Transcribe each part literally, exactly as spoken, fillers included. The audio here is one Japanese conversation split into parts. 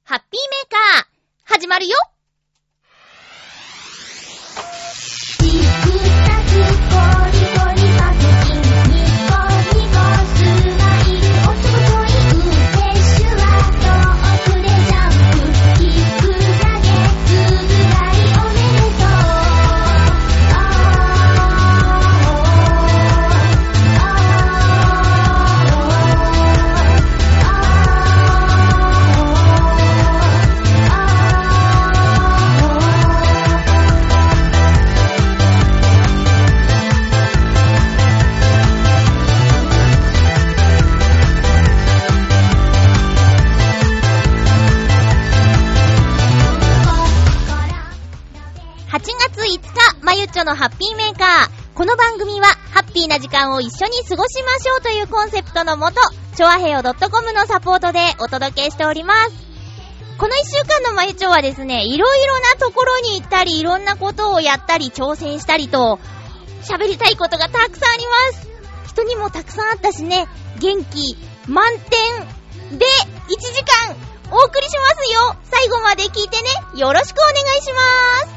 ハッピーメーカー始まるよ。はちがついつか、まゆっちょのハッピーメーカー。この番組は、ハッピーな時間を一緒に過ごしましょうというコンセプトのもと、チョアヘヨ .com のサポートでお届けしております。このいっしゅうかんのまゆっちょはですね、いろいろなところに行ったり、いろんなことをやったり、挑戦したりと、喋りたいことがたくさんあります。人にもたくさんあったしね、元気満点でいちじかんお送りしますよ。最後まで聞いてね。よろしくお願いします。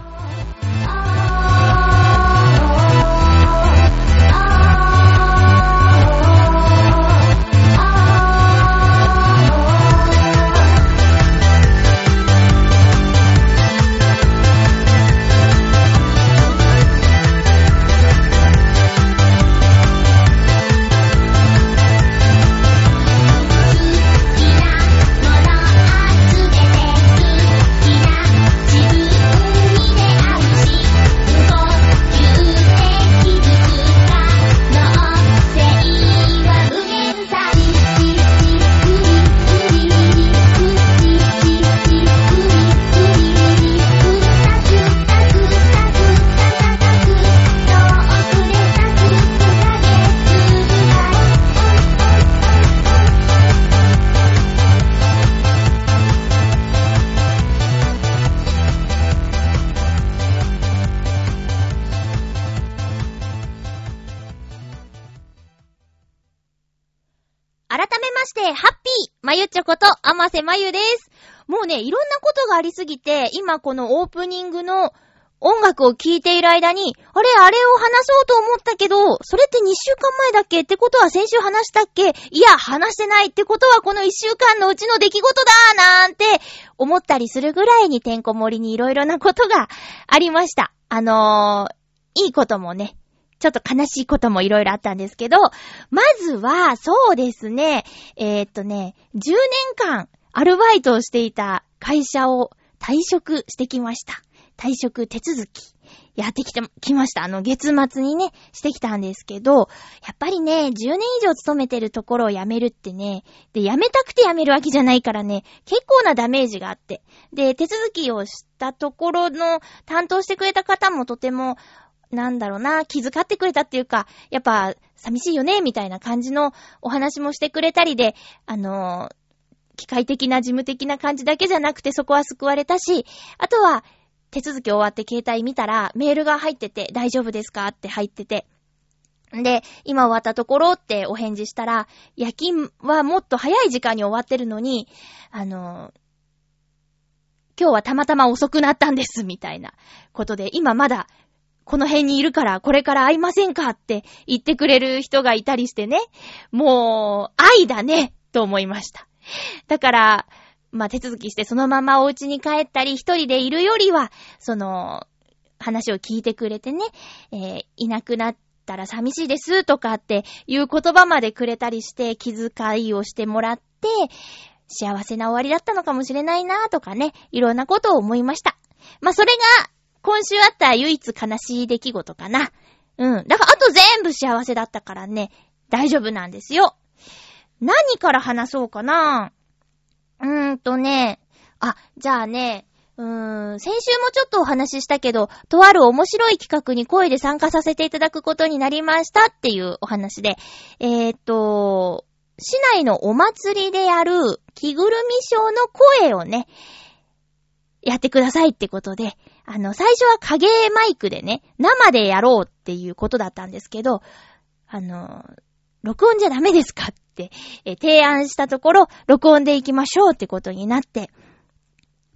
まゆっちょことあませまゆです。もうね、いろんなことがありすぎて、今このオープニングの音楽を聴いている間に、あれあれを話そうと思ったけど、それってにしゅうかんまえだっけってことは先週話したっけ？いや、話してないってことはこのいっしゅうかんのうちの出来事だなんて思ったりするぐらいにてんこ盛りにいろいろなことがありました。あのー、いいこともね、ちょっと悲しいこともいろいろあったんですけど、まずは、そうですね、えー、っとね、じゅうねんかんアルバイトをしていた会社を退職してきました。退職手続きやってきてきました。あの、月末にね、してきたんですけど、やっぱりね、じゅうねん以上勤めてるところを辞めるってね、で、辞めたくて辞めるわけじゃないからね、結構なダメージがあって、で、手続きをしたところの担当してくれた方もとても、なんだろうな、気遣ってくれたっていうか、やっぱ寂しいよねみたいな感じのお話もしてくれたりで、あのー、機械的な事務的な感じだけじゃなくてそこは救われたし、あとは手続き終わって携帯見たらメールが入ってて、大丈夫ですかって入ってて、で、今終わったところってお返事したら、夜勤はもっと早い時間に終わってるのに、あのー、今日はたまたま遅くなったんですみたいなことで、今まだこの辺にいるからこれから会いませんかって言ってくれる人がいたりしてね、もう愛だねと思いました。だからまあ手続きしてそのままお家に帰ったり一人でいるよりは、その話を聞いてくれてね、えー、いなくなったら寂しいですとかっていう言葉までくれたりして気遣いをしてもらって幸せな終わりだったのかもしれないなとかね、いろんなことを思いました。まあそれが今週あった唯一悲しい出来事かな。うん。だからあと全部幸せだったからね、大丈夫なんですよ。何から話そうかな。うーんとね、あ、じゃあね、うーん、先週もちょっとお話ししたけど、とある面白い企画に声で参加させていただくことになりましたっていうお話で、えーっと、市内のお祭りでやる着ぐるみショーの声をね、やってくださいってことで、あの、最初は影マイクでね、生でやろうっていうことだったんですけど、あの、録音じゃダメですかって、え提案したところ、録音で行きましょうってことになって、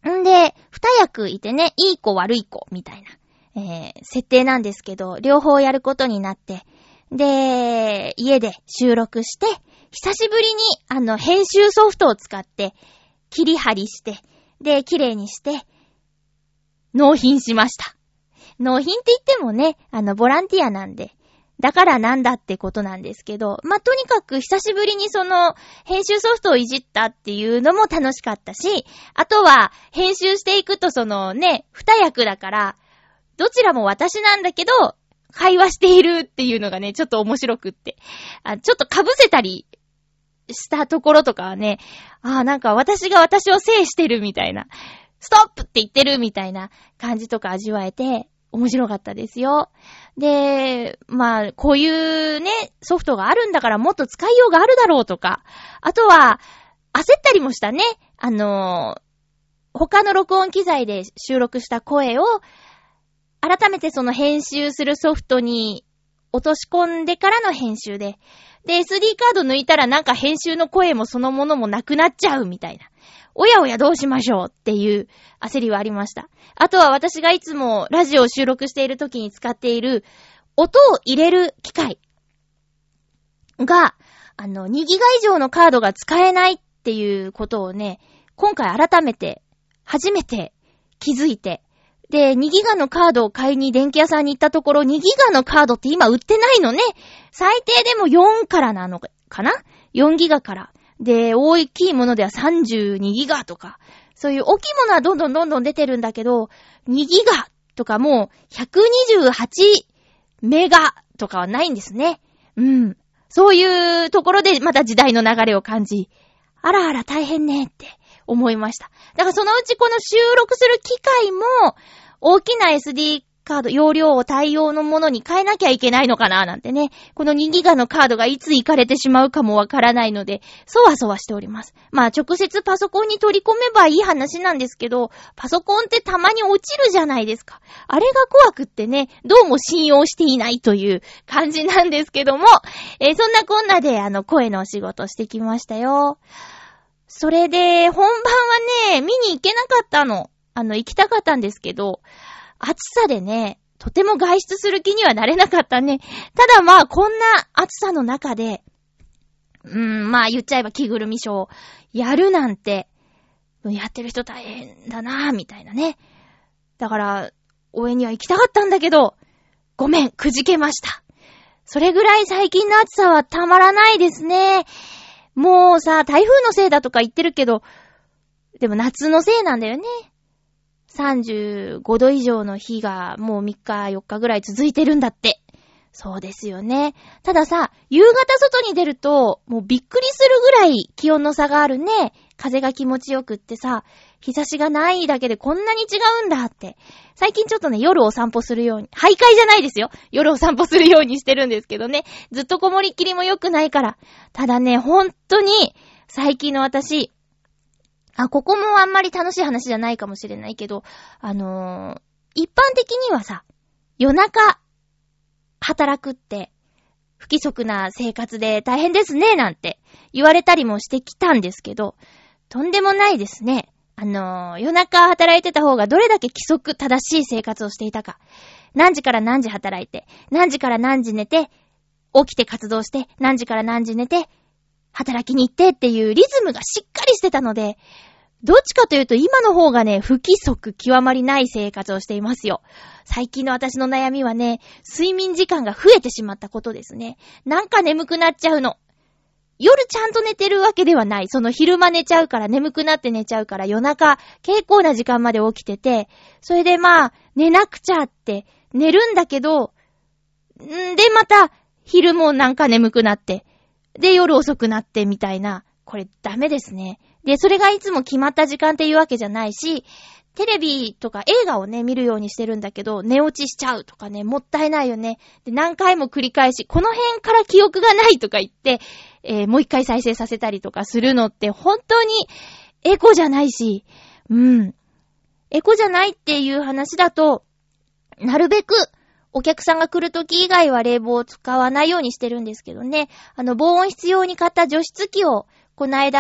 んで、二役いてね、いい子悪い子みたいな、えー、設定なんですけど、両方やることになって、で、家で収録して、久しぶりにあの編集ソフトを使って切り張りして、で、綺麗にして、納品しました。納品って言ってもね、あの、ボランティアなんで、だからなんだってことなんですけど、まあ、とにかく久しぶりにその、編集ソフトをいじったっていうのも楽しかったし、あとは、編集していくとそのね、二役だから、どちらも私なんだけど、会話しているっていうのがね、ちょっと面白くって、あ、ちょっと被せたりしたところとかはね、あ、なんか私が私を制してるみたいな、ストップって言ってるみたいな感じとか味わえて、面白かったですよ。で、まあ、こういうね、ソフトがあるんだからもっと使いようがあるだろうとか、あとは、焦ったりもしたね。あの、他の録音機材で収録した声を、改めてその編集するソフトに落とし込んでからの編集で、で、エスディー カード抜いたらなんか編集の声もそのものもなくなっちゃうみたいな。おやおやどうしましょうっていう焦りはありました。あとは私がいつもラジオを収録している時に使っている音を入れる機械が、あの、にギガ以上のカードが使えないっていうことをね、今回改めて、初めて気づいて、で、にギガのカードを買いに電気屋さんに行ったところ、にギガのカードって今売ってないのね。最低でもよんからなのかな ?よん ギガから。で、大きいものではさんじゅうにギガとか、そういう大きいものはどんどんどんどん出てるんだけど、にギガとかもうひゃくにじゅうはちメガとかはないんですね。うん。そういうところでまた時代の流れを感じ、あらあら大変ねって思いました。だからそのうちこの収録する機械も大きな エスディー カード、容量を対応のものに変えなきゃいけないのかななんてね。このにギガのカードがいつ行かれてしまうかもわからないので、そわそわしております。まあ直接パソコンに取り込めばいい話なんですけど、パソコンってたまに落ちるじゃないですか。あれが怖くってね、どうも信用していないという感じなんですけども、えー、そんなこんなであの声のお仕事してきましたよ。それで、本番はね、見に行けなかったの。あの、行きたかったんですけど、暑さでね、とても外出する気にはなれなかったね。ただまあ、こんな暑さの中で、うーん、まあ言っちゃえば着ぐるみショーやるなんて、やってる人大変だなぁ、みたいなね。だから、応援には行きたかったんだけど、ごめん、くじけました。それぐらい最近の暑さはたまらないですね。もうさ、台風のせいだとか言ってるけど、でも夏のせいなんだよね。さんじゅうごど以上の日がもうみっかよっかぐらい続いてるんだって。そうですよね。たださ、夕方外に出るともうびっくりするぐらい気温の差があるね。風が気持ちよくってさ、日差しがないだけでこんなに違うんだって。最近ちょっとね、夜お散歩するように、徘徊じゃないですよ。夜お散歩するようにしてるんですけどね。ずっとこもりっきりも良くないから。ただね、本当に最近の私、あ、ここもあんまり楽しい話じゃないかもしれないけど、あのー、一般的にはさ、夜中働くって不規則な生活で大変ですねなんて言われたりもしてきたんですけど、とんでもないですね。あのー、夜中働いてた方がどれだけ規則正しい生活をしていたか。何時から何時働いて、何時から何時寝て、起きて活動して、何時から何時寝て、働きに行ってっていうリズムがしっかりしてたので、どっちかというと今の方がね、不規則極まりない生活をしていますよ。最近の私の悩みはね、睡眠時間が増えてしまったことですね。なんか眠くなっちゃうの。夜ちゃんと寝てるわけではない。その昼間寝ちゃうから眠くなって寝ちゃうから夜中結構な時間まで起きてて、それでまあ寝なくちゃって寝るんだけど、んでまた昼もなんか眠くなって、で夜遅くなってみたいな、これダメですね。で、それがいつも決まった時間っていうわけじゃないし、テレビとか映画をね、見るようにしてるんだけど、寝落ちしちゃうとかね、もったいないよね。で、何回も繰り返し、この辺から記憶がないとか言って、えー、もう一回再生させたりとかするのって本当にエコじゃないし、うん。エコじゃないっていう話だと、なるべくお客さんが来るとき以外は冷房を使わないようにしてるんですけどね。あの、防音必要に買った除湿機をこの間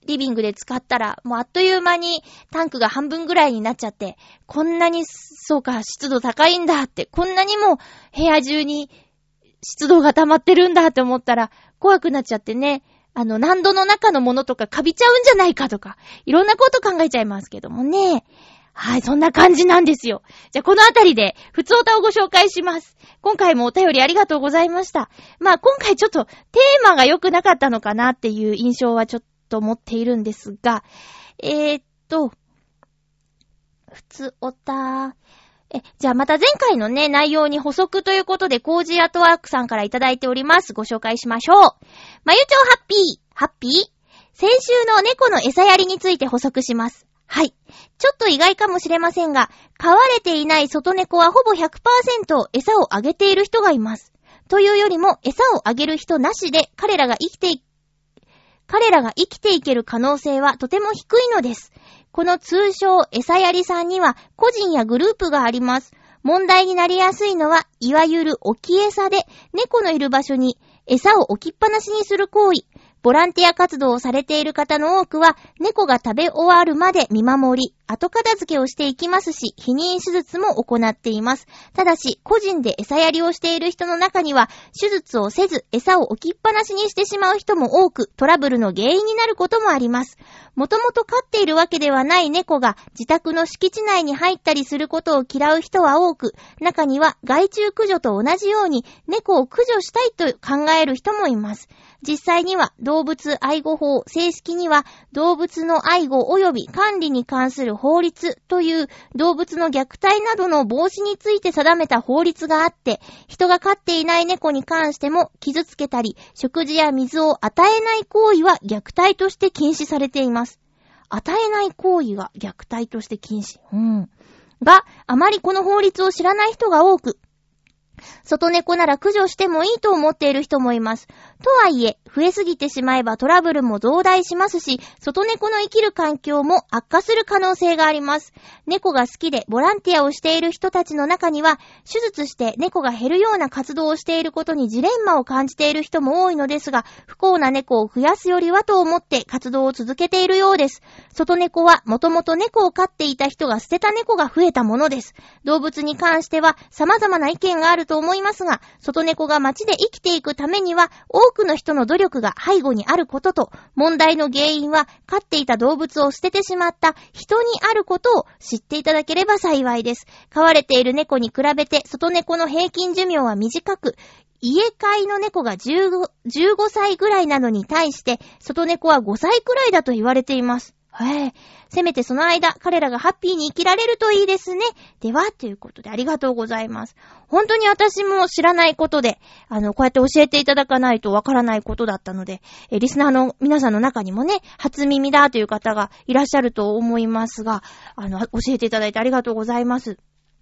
リビングで使ったら、もうあっという間にタンクが半分ぐらいになっちゃって、こんなに、そうか、湿度高いんだって、こんなにも部屋中に湿度が溜まってるんだって思ったら、怖くなっちゃってね、あの、難度の中のものとかカビちゃうんじゃないかとか、いろんなこと考えちゃいますけどもね。はい、そんな感じなんですよ。じゃあこのあたりで、ふつおたをご紹介します。今回もお便りありがとうございました。まあ今回ちょっとテーマが良くなかったのかなっていう印象はちょっと、と思っているんですが、えー、っと、ふつおた、え、じゃあまた前回のね、内容に補足ということで、コージーアットワークさんからいただいております。ご紹介しましょう。まゆちょハッピー、ハッピー先週の猫の餌やりについて補足します。はい。ちょっと意外かもしれませんが、飼われていない外猫はほぼ ひゃくパーセント 餌をあげている人がいます。というよりも、餌をあげる人なしで、彼らが生きてい彼らが生きていける可能性はとても低いのです。この通称餌やりさんには個人やグループがあります。問題になりやすいのは、いわゆる置き餌で、猫のいる場所に餌を置きっぱなしにする行為。ボランティア活動をされている方の多くは、猫が食べ終わるまで見守り、後片付けをしていきますし、避妊手術も行っています。ただし、個人で餌やりをしている人の中には、手術をせず、餌を置きっぱなしにしてしまう人も多く、トラブルの原因になることもあります。もともと飼っているわけではない猫が、自宅の敷地内に入ったりすることを嫌う人は多く、中には害虫駆除と同じように、猫を駆除したいと考える人もいます。実際には動物愛護法、正式には動物の愛護及び管理に関する法律という動物の虐待などの防止について定めた法律があって、人が飼っていない猫に関しても傷つけたり食事や水を与えない行為は虐待として禁止されています。与えない行為が虐待として禁止。うん。が、あまりこの法律を知らない人が多く、外猫なら駆除してもいいと思っている人もいます。とはいえ、増えすぎてしまえばトラブルも増大しますし、外猫の生きる環境も悪化する可能性があります。猫が好きでボランティアをしている人たちの中には、手術して猫が減るような活動をしていることにジレンマを感じている人も多いのですが、不幸な猫を増やすよりはと思って活動を続けているようです。外猫はもともと猫を飼っていた人が捨てた猫が増えたものです。動物に関しては様々な意見があると思いますが、外猫が街で生きていくためには多くの人の努力が背後にあることと、問題の原因は飼っていた動物を捨ててしまった人にあることを知っていただければ幸いです。飼われている猫に比べて外猫の平均寿命は短く、家飼いの猫がじゅうご、じゅうごさいぐらいなのに対して外猫はごさいくらいだと言われています。へえ、せめてその間、彼らがハッピーに生きられるといいですね。では、ということでありがとうございます。本当に私も知らないことで、あの、こうやって教えていただかないとわからないことだったので、え、リスナーの皆さんの中にもね、初耳だという方がいらっしゃると思いますが、あの、教えていただいてありがとうございます。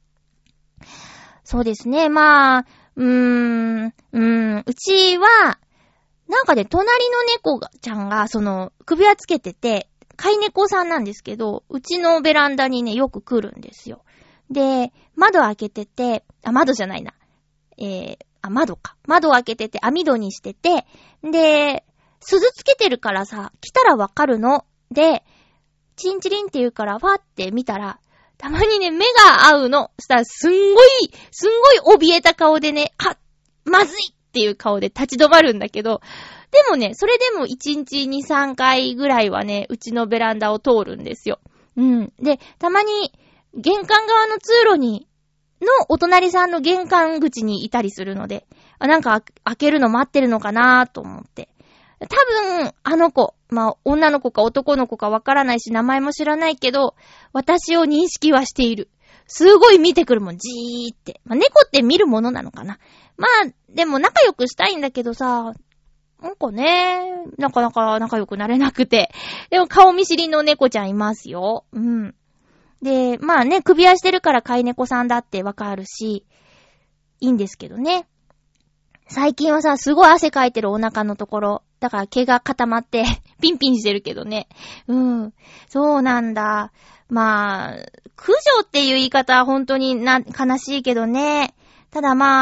そうですね、まあ、うーん、うーん、うちは、なんかね、隣の猫ちゃんが、その、首輪つけてて、飼い猫さんなんですけど、うちのベランダにね、よく来るんですよ。で、窓開けてて、あ、窓じゃないな。えー、あ、窓か。窓開けてて、網戸にしてて、で、鈴つけてるからさ、来たらわかるの。で、チンチリンって言うから、ファって見たら、たまにね、目が合うの。したら、すんごい、すんごい怯えた顔でね、あ、まずいっていう顔で立ち止まるんだけど、でもね、それでもいちにちに、さんかいぐらいはね、うちのベランダを通るんですよ。うん。で、たまに、玄関側の通路に、のお隣さんの玄関口にいたりするので、あ、なんか開けるの待ってるのかなと思って。多分、あの子、まあ、女の子か男の子かわからないし、名前も知らないけど、私を認識はしている。すごい見てくるもん、じーって。まあ、猫って見るものなのかな。まあ、でも仲良くしたいんだけどさ、なんかね、なかなか仲良くなれなくて。でも顔見知りの猫ちゃんいますよ。うん。で、まあね、首輪してるから飼い猫さんだってわかるし、いいんですけどね。最近はさ、すごい汗かいてるお腹のところ。だから毛が固まって、ピンピンしてるけどね。うん。そうなんだ。まあ、駆除っていう言い方は本当にな、悲しいけどね。ただまあ、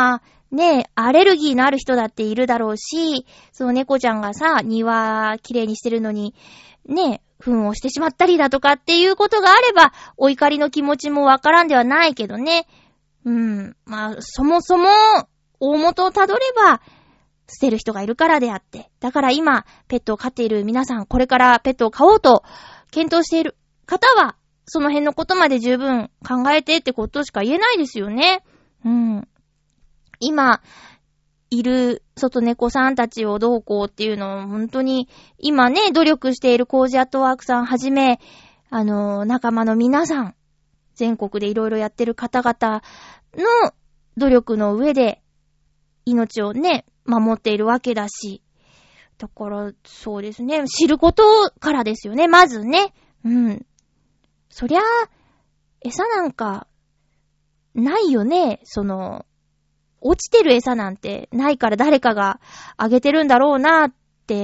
ねえ、アレルギーのある人だっているだろうし、その猫ちゃんがさ、庭きれいにしてるのに、ねえ、糞をしてしまったりだとかっていうことがあれば、お怒りの気持ちもわからんではないけどね。うん。まあ、そもそも、大元をたどれば、捨てる人がいるからであって。だから今、ペットを飼っている皆さん、これからペットを飼おうと、検討している方は、その辺のことまで十分考えてってことしか言えないですよね。うん。今、いる外猫さんたちをどうこうっていうのを本当に今ね、努力しているコージアットワークさんはじめ、あの、仲間の皆さん、全国でいろいろやってる方々の努力の上で命をね、守っているわけだし。だから、そうですね、知ることからですよね、まずね。うん。そりゃ、餌なんか、ないよね、その、落ちてる餌なんてないから誰かがあげてるんだろうなって。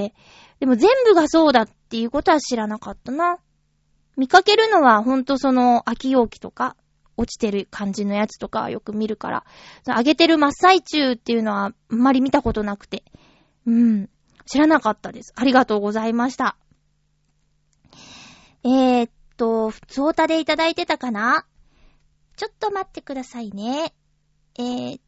でも全部がそうだっていうことは知らなかったな。見かけるのはほんとその空き容器とか落ちてる感じのやつとかよく見るから、あげてる真っ最中っていうのはあんまり見たことなくて。うん。知らなかったです。ありがとうございました。えーっと、ふつおたでいただいてたかな？ちょっと待ってくださいね。えー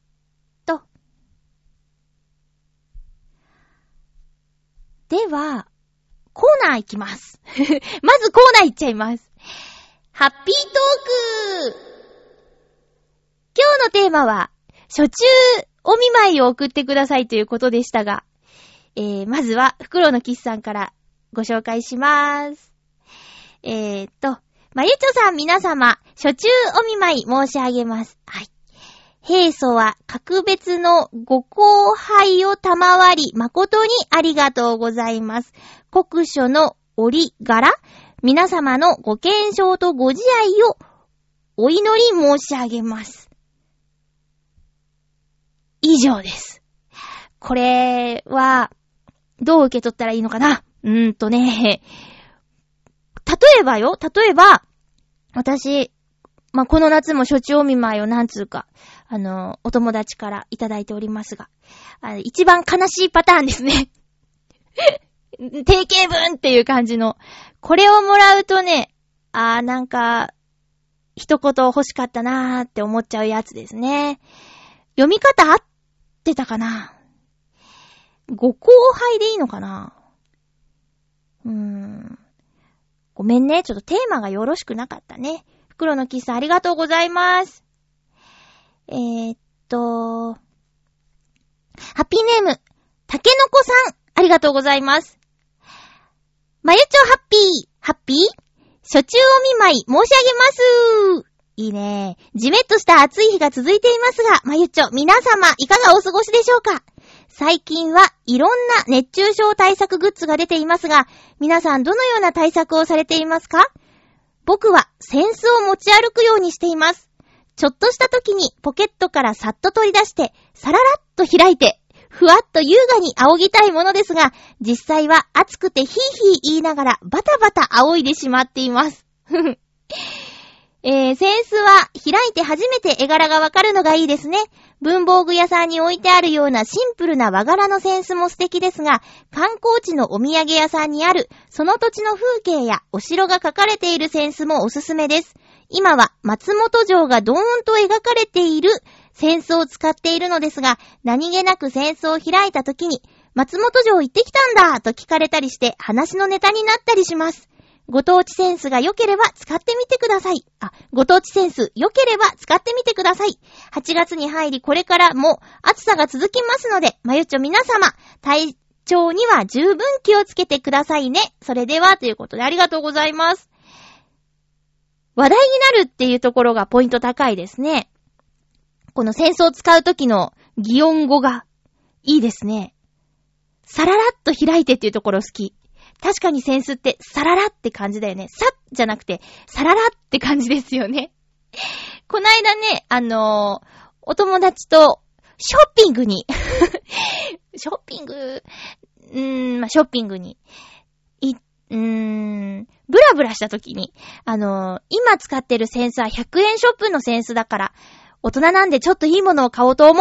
では、コーナー行きます。まずコーナー行っちゃいます。ハッピートーク！今日のテーマは、初中お見舞いを送ってくださいということでしたが、えー、まずは、フクロウのキスさんからご紹介します。えーっと、まゆちょさん皆様、初中お見舞い申し上げます。はい。平素は格別のご後輩を賜り誠にありがとうございます。国書の折柄、皆様のご健勝とご自愛をお祈り申し上げます。以上です。これはどう受け取ったらいいのかな？うーんとね、例えばよ、例えば私、まあ、この夏も初中お見舞いをなんつうか、あの、お友達からいただいておりますが、あの一番悲しいパターンですね。定型文っていう感じの。これをもらうとね、あーなんか、一言欲しかったなーって思っちゃうやつですね。読み方合ってたかな？ご後輩でいいのかな？うーん。ごめんね、ちょっとテーマがよろしくなかったね。袋のキスありがとうございます。えー、っと、ハッピーネーム、たけのこさん、ありがとうございます。まゆちょハッピー、ハッピー初中お見舞い申し上げます。いいね。じめっとした暑い日が続いていますが、まゆちょ、皆様、いかがお過ごしでしょうか？最近はいろんな熱中症対策グッズが出ていますが、皆さんどのような対策をされていますか？僕は扇子を持ち歩くようにしています。ちょっとした時にポケットからさっと取り出して、さららっと開いて、ふわっと優雅に仰ぎたいものですが、実際は暑くてヒーヒー言いながらバタバタ仰いでしまっています。えー、扇子は開いて初めて絵柄がわかるのがいいですね。文房具屋さんに置いてあるようなシンプルな和柄の扇子も素敵ですが、観光地のお土産屋さんにあるその土地の風景やお城が描かれている扇子もおすすめです。今は松本城がドーンと描かれている扇子を使っているのですが、何気なく扇子を開いた時に、松本城行ってきたんだと聞かれたりして話のネタになったりします。ご当地センスが良ければ使ってみてください。あ、ご当地センス良ければ使ってみてください。はちがつに入りこれからも暑さが続きますので、まゆちょ皆様、体調には十分気をつけてくださいね。それではということでありがとうございます。話題になるっていうところがポイント高いですね。この扇子を使う時の擬音語がいいですね。さららっと開いてっていうところ好き。確かに扇子ってサララって感じだよね。さじゃなくてサララって感じですよね。こないだね、あのー、お友達とショッピングにショッピングうーん、まあ、ショッピングにいうーんブラブラした時にあのー、今使ってる扇子はひゃくえんショップの扇子だから大人なんでちょっといいものを買おうと思う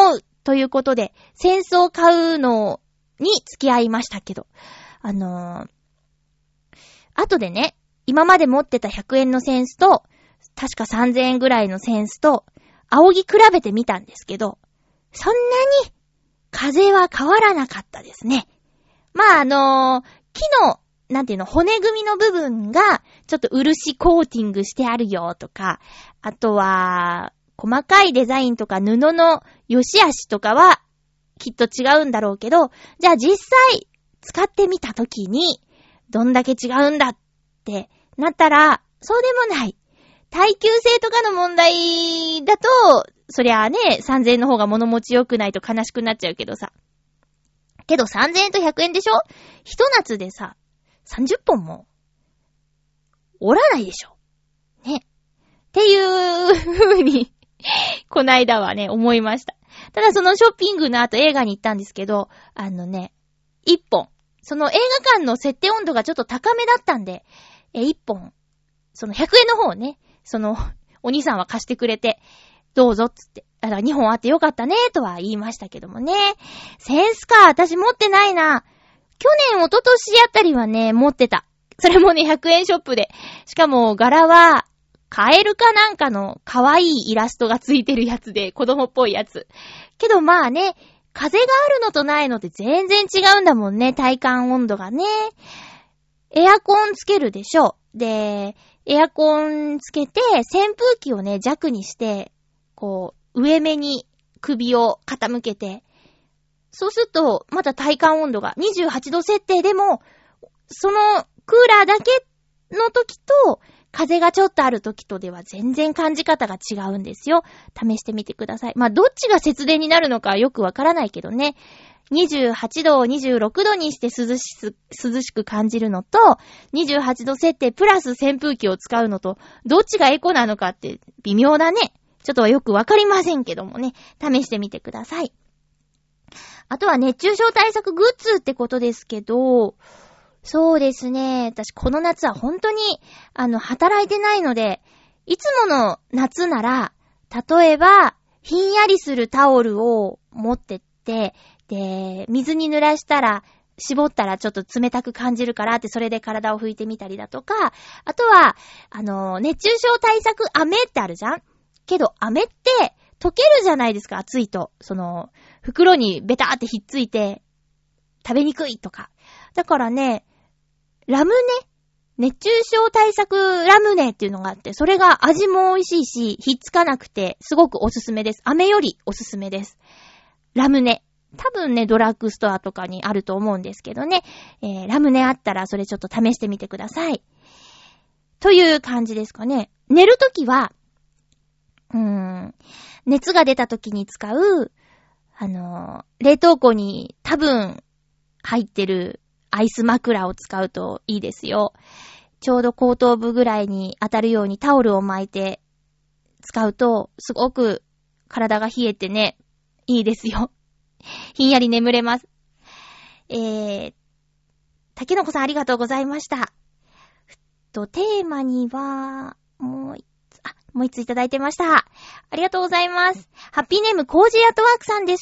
ということで、扇子を買うのに付き合いましたけど、あのー、後でね、今まで持ってたひゃくえんの扇子と、確かさんぜんえんぐらいの扇子と、仰ぎ比べてみたんですけど、そんなに風は変わらなかったですね。まあ、あのー、木の、なんていうの、骨組みの部分が、ちょっと漆コーティングしてあるよとか、あとは、細かいデザインとか布の良し悪しとかは、きっと違うんだろうけど、じゃあ実際、使ってみたときに、どんだけ違うんだってなったら、そうでもない。耐久性とかの問題だと、そりゃあね、さんぜんえんの方が物持ち良くないと悲しくなっちゃうけどさ。けどさんぜんえんとひゃくえんでしょ？ひと夏でさ、さんじゅっぽんも、折らないでしょ。ね。っていう風に、こないだはね、思いました。ただそのショッピングの後映画に行ったんですけど、あのね、いっぽん。その映画館の設定温度がちょっと高めだったんで、え、いっぽん。そのひゃくえんの方をね、その、お兄さんは貸してくれて、どうぞっつって。だからにほんあってよかったね、とは言いましたけどもね。センスか、私持ってないな。去年、一昨年あたりはね、持ってた。それもね、ひゃくえんショップで。しかも、柄は、カエルかなんかの可愛いイラストがついてるやつで、子供っぽいやつ。けどまあね、風があるのとないのって全然違うんだもんね、体感温度がね。エアコンつけるでしょ。で、エアコンつけて、扇風機をね、弱にして、こう、上目に首を傾けて、そうすると、また体感温度がにじゅうはちど設定でも、そのクーラーだけの時と、風がちょっとある時とでは全然感じ方が違うんですよ。試してみてください。まあ、どっちが節電になるのかよくわからないけどね。にじゅうはちどをにじゅうろくどにして涼し、涼しく感じるのと、にじゅうはちど設定プラス扇風機を使うのと、どっちがエコなのかって微妙だね。ちょっとはよくわかりませんけどもね。試してみてください。あとは熱中症対策グッズってことですけど、そうですね。私この夏は本当に、あの、働いてないので、いつもの夏なら、例えば、ひんやりするタオルを持ってって、で、水に濡らしたら、絞ったらちょっと冷たく感じるからって、それで体を拭いてみたりだとか、あとは、あの、熱中症対策飴ってあるじゃん？けど、飴って、溶けるじゃないですか、熱いと。その、袋にベターってひっついて、食べにくいとか。だからね、ラムネ熱中症対策ラムネっていうのがあって、それが味も美味しいし、ひっつかなくて、すごくおすすめです。飴よりおすすめです。ラムネ。多分ね、ドラッグストアとかにあると思うんですけどね。えー、ラムネあったら、それちょっと試してみてください。という感じですかね。寝るときは、うーん、熱が出たときに使う、あのー、冷凍庫に多分入ってるアイス枕を使うといいですよ。ちょうど後頭部ぐらいに当たるようにタオルを巻いて使うと、すごく体が冷えてね、いいですよ。ひんやり眠れます。えー、竹の子さんありがとうございました。と、テーマには、もう一つ、あ、もう一ついただいてました。ありがとうございます。ハッピーネームコージーアットワークさんです。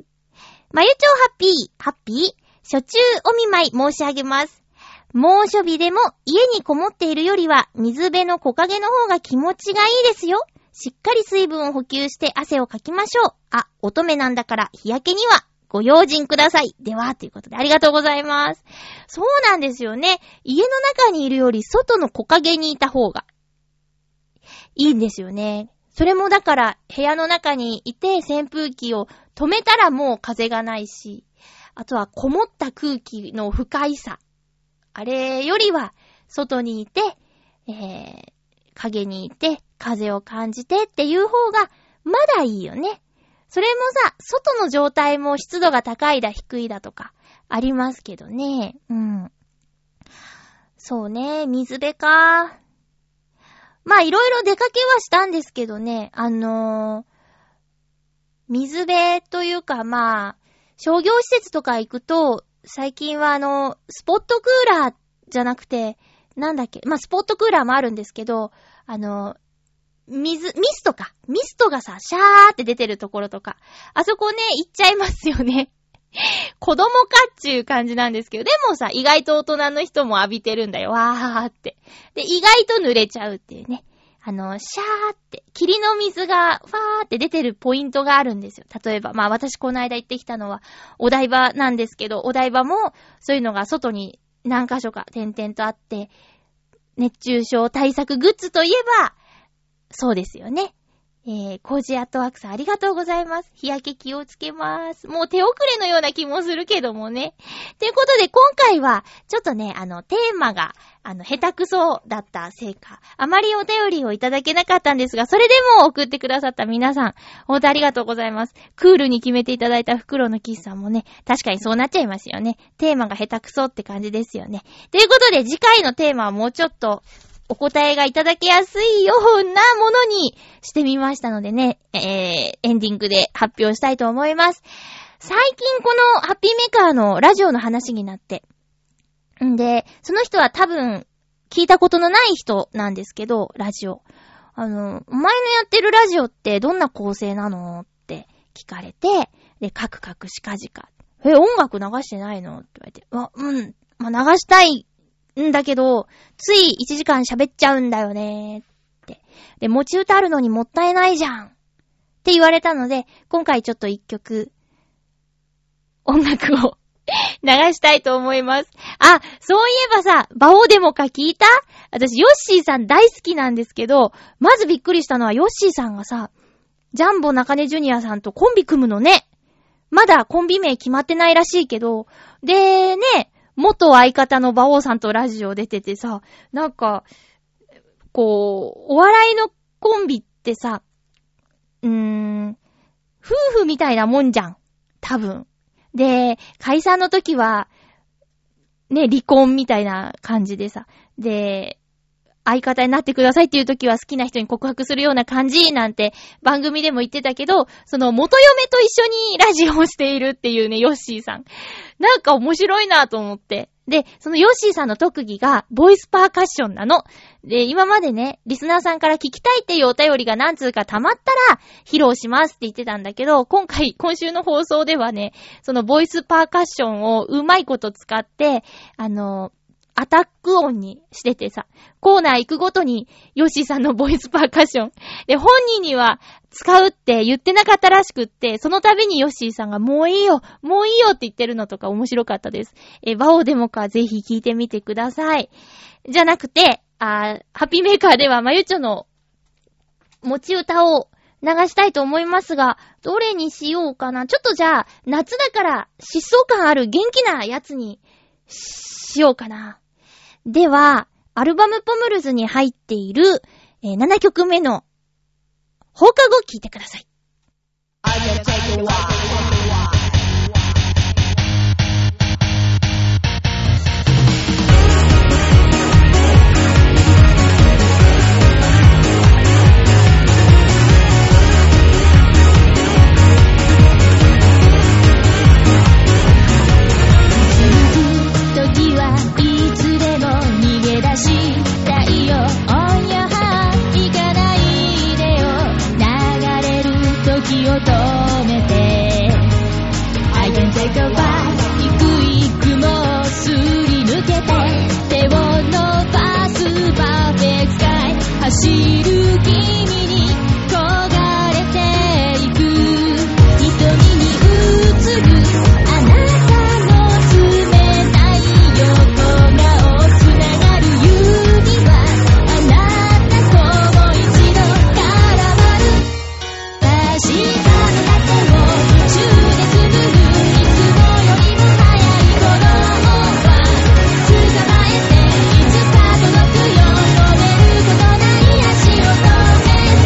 まゆちょハッピー、ハッピー初中お見舞い申し上げます。猛暑日でも家にこもっているよりは水辺の木陰の方が気持ちがいいですよ。しっかり水分を補給して汗をかきましょう。あ、乙女なんだから日焼けにはご用心ください。では、ということでありがとうございます。そうなんですよね。家の中にいるより外の木陰にいた方がいいんですよね。それもだから部屋の中にいて扇風機を止めたらもう風がないし、あとはこもった空気の不快さ。あれよりは外にいて、えー、影にいて風を感じてっていう方がまだいいよね。それもさ、外の状態も湿度が高いだ低いだとかありますけどね。うん。そうね、水辺か。まあいろいろ出かけはしたんですけどね、あのー、水辺というかまあ、商業施設とか行くと、最近はあの、スポットクーラーじゃなくて、なんだっけ、まあスポットクーラーもあるんですけど、あの、 水、ミストか。ミストがさ、シャーって出てるところとか。あそこね、行っちゃいますよね。子供かっていう感じなんですけど、でもさ、意外と大人の人も浴びてるんだよ。わーって。で、意外と濡れちゃうっていうね。あの、シャーって、霧の水がファーって出てるポイントがあるんですよ。例えば、まあ私この間行ってきたのはお台場なんですけど、お台場もそういうのが外に何箇所か点々とあって、熱中症対策グッズといえば、そうですよね。えー、コージアットワークさんありがとうございます。日焼け気をつけます。もう手遅れのような気もするけどもね。ということで今回は、ちょっとね、あの、テーマが、あの、下手くそだったせいか、あまりお便りをいただけなかったんですが、それでも送ってくださった皆さん、本当ありがとうございます。クールに決めていただいた袋のキスさんもね、確かにそうなっちゃいますよね。テーマが下手くそって感じですよね。ということで次回のテーマはもうちょっと、お答えがいただけやすいようなものにしてみましたのでね、えー、エンディングで発表したいと思います。最近このハッピーメーカーのラジオの話になって。んで、その人は多分聞いたことのない人なんですけど、ラジオ。あの、お前のやってるラジオってどんな構成なのって聞かれて、で、カクカクしかじか。え、音楽流してないのって言われて、あ、うん、まあ、流したい。んだけど、ついいちじかん喋っちゃうんだよねって。で、持ち歌あるのにもったいないじゃんって言われたので、今回ちょっと一曲、音楽を流したいと思います。あ、そういえばさ、バオデモか聞いた？私、ヨッシーさん大好きなんですけど、まずびっくりしたのはヨッシーさんがさ、ジャンボ中根ジュニアさんとコンビ組むのね。まだコンビ名決まってないらしいけど、でね、元相方の馬王さんとラジオ出ててさ、なんか、こう、お笑いのコンビってさ、うーん、夫婦みたいなもんじゃん。多分。で、解散の時は、ね、離婚みたいな感じでさ、で、相方になってくださいっていう時は好きな人に告白するような感じなんて番組でも言ってたけど、その元嫁と一緒にラジオをしているっていうね、ヨッシーさん。なんか面白いなと思って。で、そのヨッシーさんの特技がボイスパーカッションなの。で、今までね、リスナーさんから聞きたいっていうお便りが何通か溜まったら披露しますって言ってたんだけど、今回、今週の放送ではね、そのボイスパーカッションをうまいこと使って、あの、アタック音にしててさ、コーナー行くごとにヨッシーさんのボイスパーカッションで、本人には使うって言ってなかったらしくって、その度にヨッシーさんがもういいよもういいよって言ってるのとか面白かったです。え、バオデモかぜひ聞いてみてください。じゃなくて、あハッピーメーカーではまゆちょの持ち歌を流したいと思いますが、どれにしようかな。ちょっとじゃあ夏だから疾走感ある元気なやつにしようかな。では、アルバムポムルズに入っている、えー、ななきょくめの放課後聴いてください。 走る君に焦がれていく、瞳に映るあなたの冷たい横顔、つながる指はあなたともう一度絡まる、確かなだけを夢中で紡ぐ、いつもよりも早い頃は捕まえていつか届くよ、止めることない足を止めて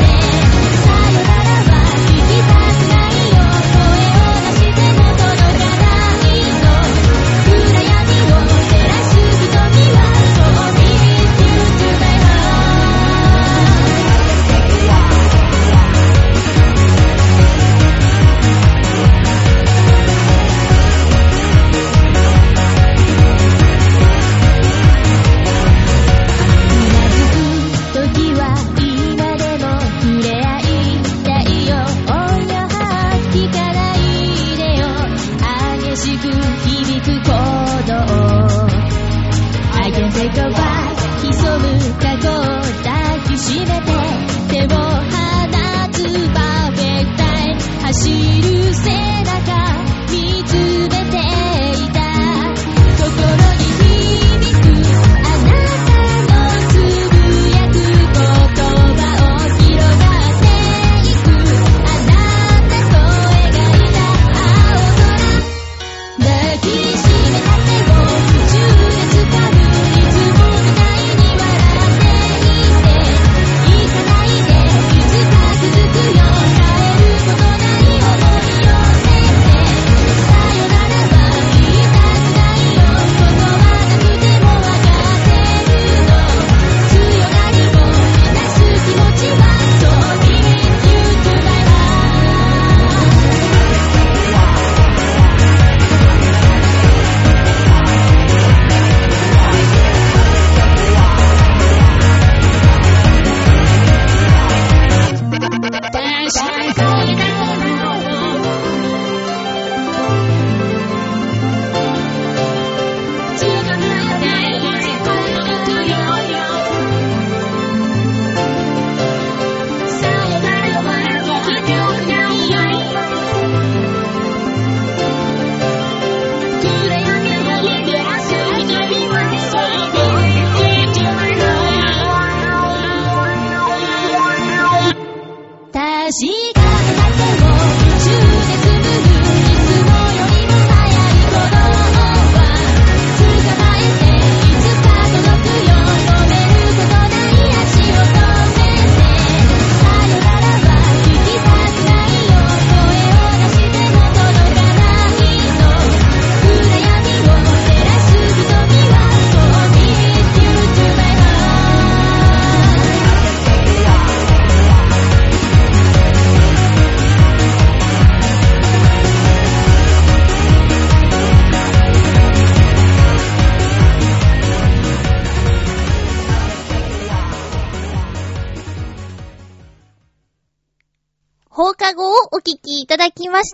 放課後をお聞きいただきました。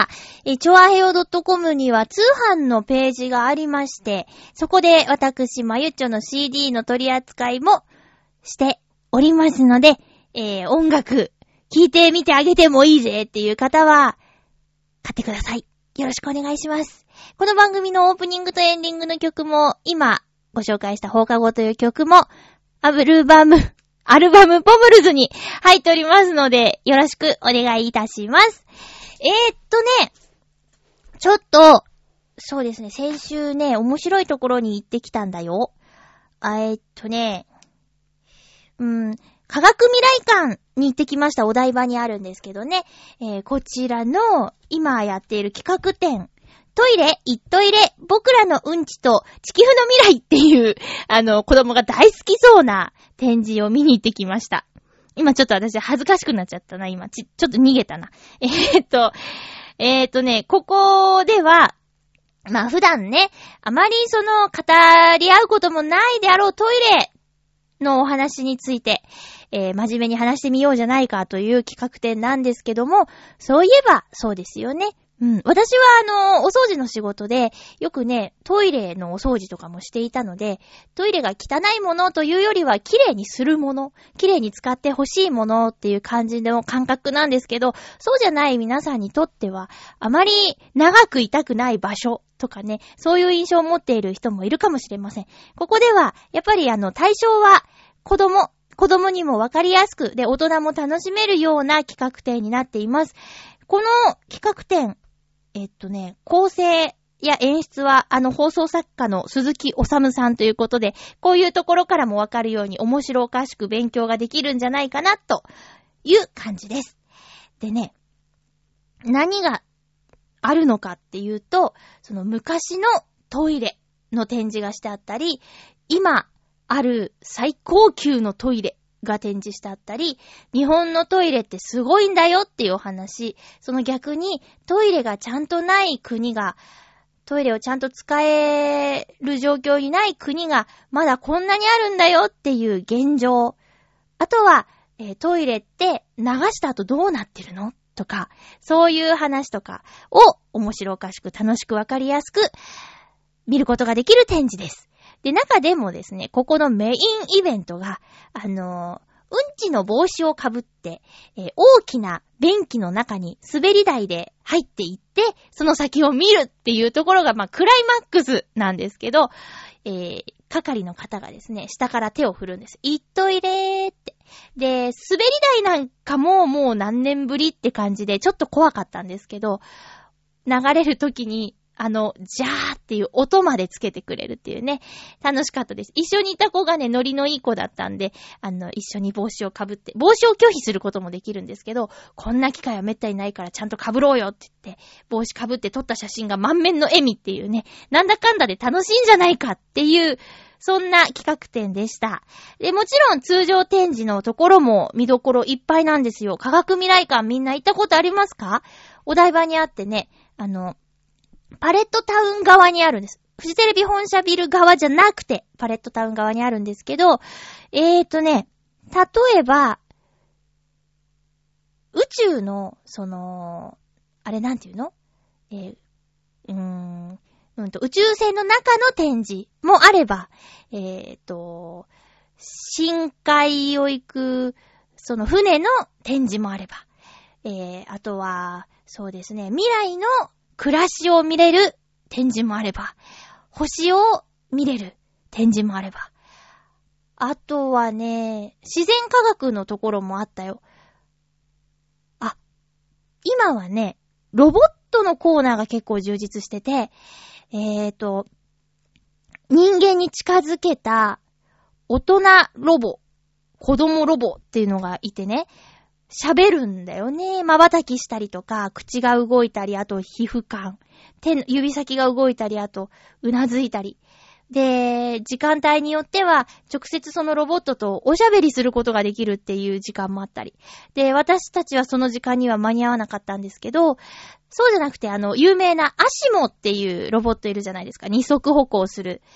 え、チョアヘオ .com には通販のページがありまして、そこで私、まゆっちょの シーディー の取り扱いもしておりますので、えー、音楽聴いてみてあげてもいいぜっていう方は、買ってください。よろしくお願いします。この番組のオープニングとエンディングの曲も、今ご紹介した放課後という曲も、アルバム、アルバムポムルズに入っておりますので、よろしくお願いいたします。えー、っとね、ちょっと、そうですね、先週ね、面白いところに行ってきたんだよ。あえー、っとね、うん、科学未来館に行ってきました。お台場にあるんですけどね、えー、こちらの今やっている企画展、トイレ、いっトイレ、僕らのうんちと地球の未来っていう、あの、子供が大好きそうな展示を見に行ってきました。今ちょっと私恥ずかしくなっちゃったな、今。ち、ちょっと逃げたな。えー、っと、えー、っとね、ここでは、まあ普段ね、あまりその語り合うこともないであろうトイレのお話について、えー、真面目に話してみようじゃないかという企画展なんですけども、そういえばそうですよね。うん、私はあのお掃除の仕事でよくねトイレのお掃除とかもしていたので、トイレが汚いものというよりは綺麗にするもの、綺麗に使ってほしいものっていう感じの感覚なんですけど、そうじゃない皆さんにとってはあまり長くいたくない場所とかね、そういう印象を持っている人もいるかもしれません。ここではやっぱりあの対象は子供子供にもわかりやすくで大人も楽しめるような企画展になっています。この企画展、えっとね、構成や演出はあの放送作家の鈴木おさむさんということで、こういうところからもわかるように面白おかしく勉強ができるんじゃないかなという感じです。でね、何があるのかっていうと、その昔のトイレの展示がしてあったり、今ある最高級のトイレが展示してあったり、日本のトイレってすごいんだよっていうお話、その逆にトイレがちゃんとない国が、トイレをちゃんと使える状況にない国がまだこんなにあるんだよっていう現状。あとは、えー、トイレって流した後どうなってるのとか、そういう話とかを面白おかしく楽しくわかりやすく見ることができる展示です。で、中でもですね、ここのメインイベントが、あのー、うんちの帽子をかぶって、えー、大きな便器の中に滑り台で入っていって、その先を見るっていうところが、まあ、クライマックスなんですけど、えー、係の方がですね、下から手を振るんです。いっトイレーって。で、滑り台なんかももう何年ぶりって感じで、ちょっと怖かったんですけど、流れるときに、あの、ジャーっていう音までつけてくれるっていうね。楽しかったです。一緒にいた子がね、ノリのいい子だったんで、あの、一緒に帽子をかぶって、帽子を拒否することもできるんですけど、こんな機会はめったにないからちゃんとかぶろうよって言って、帽子かぶって撮った写真が満面の笑みっていうね、なんだかんだで楽しいんじゃないかっていう、そんな企画展でした。で、もちろん通常展示のところも見どころいっぱいなんですよ。科学未来館みんな行ったことありますか？お台場にあってね、あの、パレットタウン側にあるんです。フジテレビ本社ビル側じゃなくて、パレットタウン側にあるんですけど、えーとね、例えば、宇宙の、その、あれなんていうの？えー、うーん、うんと、宇宙船の中の展示もあれば、えーと、深海を行く、その船の展示もあれば、えー、あとは、そうですね、未来の暮らしを見れる展示もあれば、星を見れる展示もあれば、あとはね、自然科学のところもあったよ。あ、今はね、ロボットのコーナーが結構充実してて、えーと、人間に近づけた大人ロボ、子供ロボっていうのがいてね、喋るんだよね。瞬きしたりとか、口が動いたり、あと皮膚感、手の指先が動いたり、あとうなずいたり。で、時間帯によっては直接そのロボットとおしゃべりすることができるっていう時間もあったり。で、私たちはその時間には間に合わなかったんですけど、そうじゃなくてあの有名なアシモっていうロボットいるじゃないですか。二足歩行する。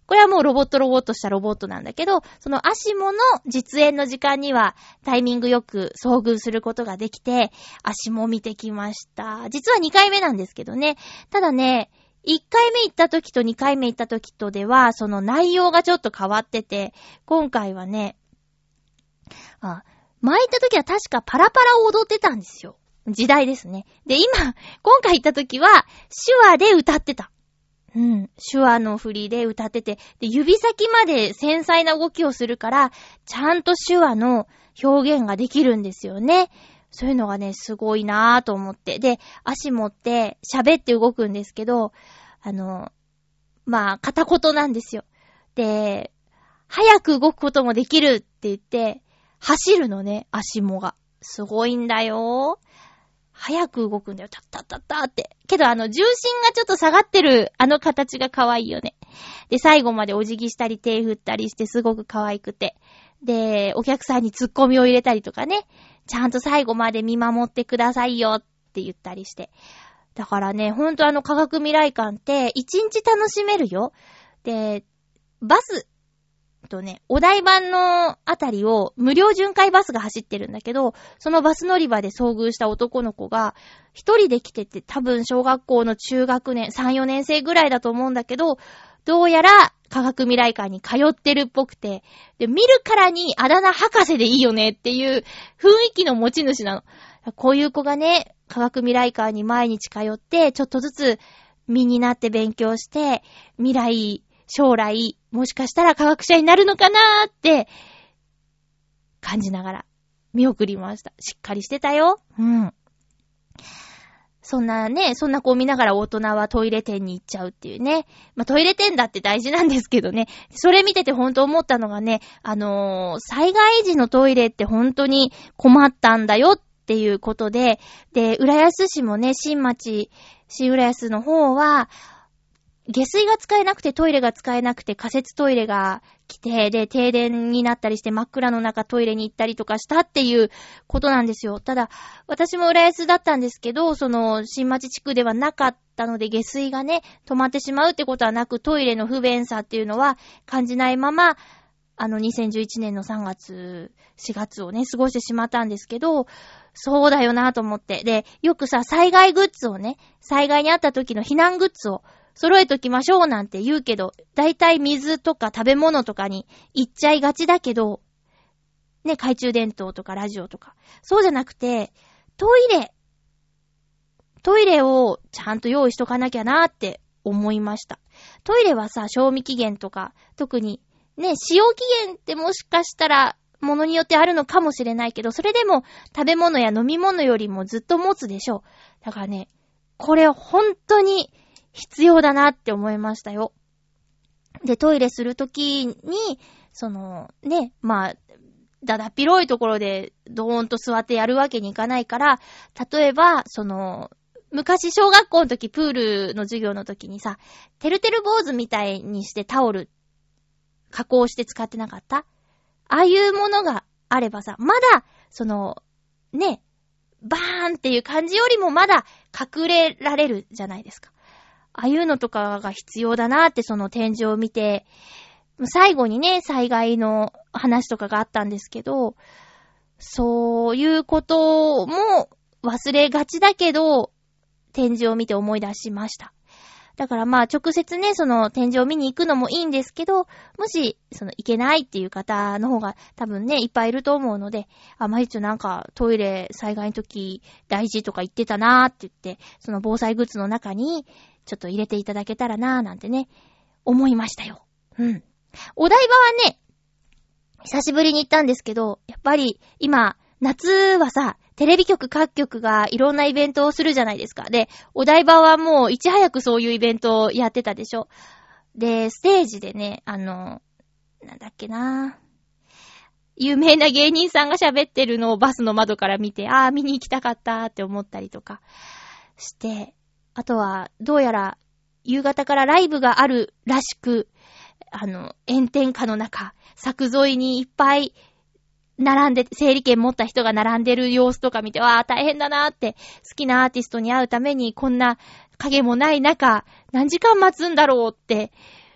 これはもうロボットロボットしたロボットなんだけど、そのアシモの実演の時間にはタイミングよく遭遇することができて、アシモ見てきました。実はにかいめなんですけどね。ただね、いっかいめ行った時とにかいめ行った時とでは、その内容がちょっと変わってて、今回はね、あ、前行った時は確かパラパラを踊ってたんですよ。時代ですね。で、今、今回行った時は、手話で歌ってた。うん。手話の振りで歌ってて、で、指先まで繊細な動きをするから、ちゃんと手話の表現ができるんですよね。そういうのがね、すごいなぁと思って。で、足持って喋って動くんですけど、あの、まあ、片言なんですよ。で、早く動くこともできるって言って、走るのね、足もが。すごいんだよ。早く動くんだよ。タッタッタッタって。けどあの、重心がちょっと下がってる、あの形が可愛いよね。で、最後までお辞儀したり手振ったりしてすごく可愛くて。で、お客さんにツッコミを入れたりとかね。ちゃんと最後まで見守ってくださいよって言ったりして。だからね、ほんとあの科学未来館って一日楽しめるよ。で、バスとね、お台場のあたりを無料巡回バスが走ってるんだけど、そのバス乗り場で遭遇した男の子が一人で来てて、多分小学校の中学年、さん、よねん生ぐらいだと思うんだけど、どうやら科学未来館に通ってるっぽくて、で、見るからにあだ名博士でいいよねっていう雰囲気の持ち主なの。こういう子がね、科学未来館に毎日通って、ちょっとずつ身になって勉強して、未来、将来、もしかしたら科学者になるのかなーって感じながら見送りました。しっかりしてたよ。うん。そんなね、そんな子を見ながら大人はトイレ店に行っちゃうっていうね。まあ、トイレ店だって大事なんですけどね。それ見てて本当思ったのがね、あのー、災害時のトイレって本当に困ったんだよっていうことで、で、浦安市もね、新町、新浦安の方は、下水が使えなくてトイレが使えなくて仮設トイレが来て、で、停電になったりして真っ暗の中トイレに行ったりとかしたっていうことなんですよ。ただ、私も浦安だったんですけど、その、新町地区ではなかったので下水がね、止まってしまうってことはなく、トイレの不便さっていうのは感じないまま、あの、にせんじゅういちねんのさんがつ、しがつをね、過ごしてしまったんですけど、そうだよなと思って。で、よくさ、災害グッズをね、災害にあった時の避難グッズを揃えときましょうなんて言うけど、だいたい水とか食べ物とかに行っちゃいがちだけど、ね、懐中電灯とかラジオとか。そうじゃなくて、トイレ、トイレをちゃんと用意しとかなきゃなって思いました。トイレはさ、賞味期限とか、特にね、使用期限ってもしかしたら、ものによってあるのかもしれないけど、それでも食べ物や飲み物よりもずっと持つでしょう。だからね、これ本当に必要だなって思いましたよ。で、トイレするときに、その、ね、まあ、だだっ広いところでドーンと座ってやるわけにいかないから、例えば、その、昔小学校の時プールの授業の時にさ、てるてる坊主みたいにしてタオル加工して使ってなかった？ああいうものがあればさ、まだ、その、ね、バーンっていう感じよりもまだ隠れられるじゃないですか。ああいうのとかが必要だなってその展示を見て、最後にね、災害の話とかがあったんですけど、そういうことも忘れがちだけど、展示を見て思い出しました。だからまあ直接ね、その展示を見に行くのもいいんですけど、もし、その行けないっていう方の方が多分ね、いっぱいいると思うので、あ、まゆちょなんかトイレ災害の時大事とか言ってたなーって言って、その防災グッズの中にちょっと入れていただけたらなーなんてね、思いましたよ。うん。お台場はね、久しぶりに行ったんですけど、やっぱり今、夏はさ、テレビ局各局がいろんなイベントをするじゃないですか。で、お台場はもういち早くそういうイベントをやってたでしょ。で、ステージでね、あの、なんだっけな、有名な芸人さんが喋ってるのをバスの窓から見て、あー見に行きたかったって思ったりとかして、あとは、どうやら夕方からライブがあるらしく、あの、炎天下の中、柵沿いにいっぱい並んで、整理券持った人が並んでる様子とか見て、わー大変だなーって、好きなアーティストに会うためにこんな影もない中、何時間待つんだろうって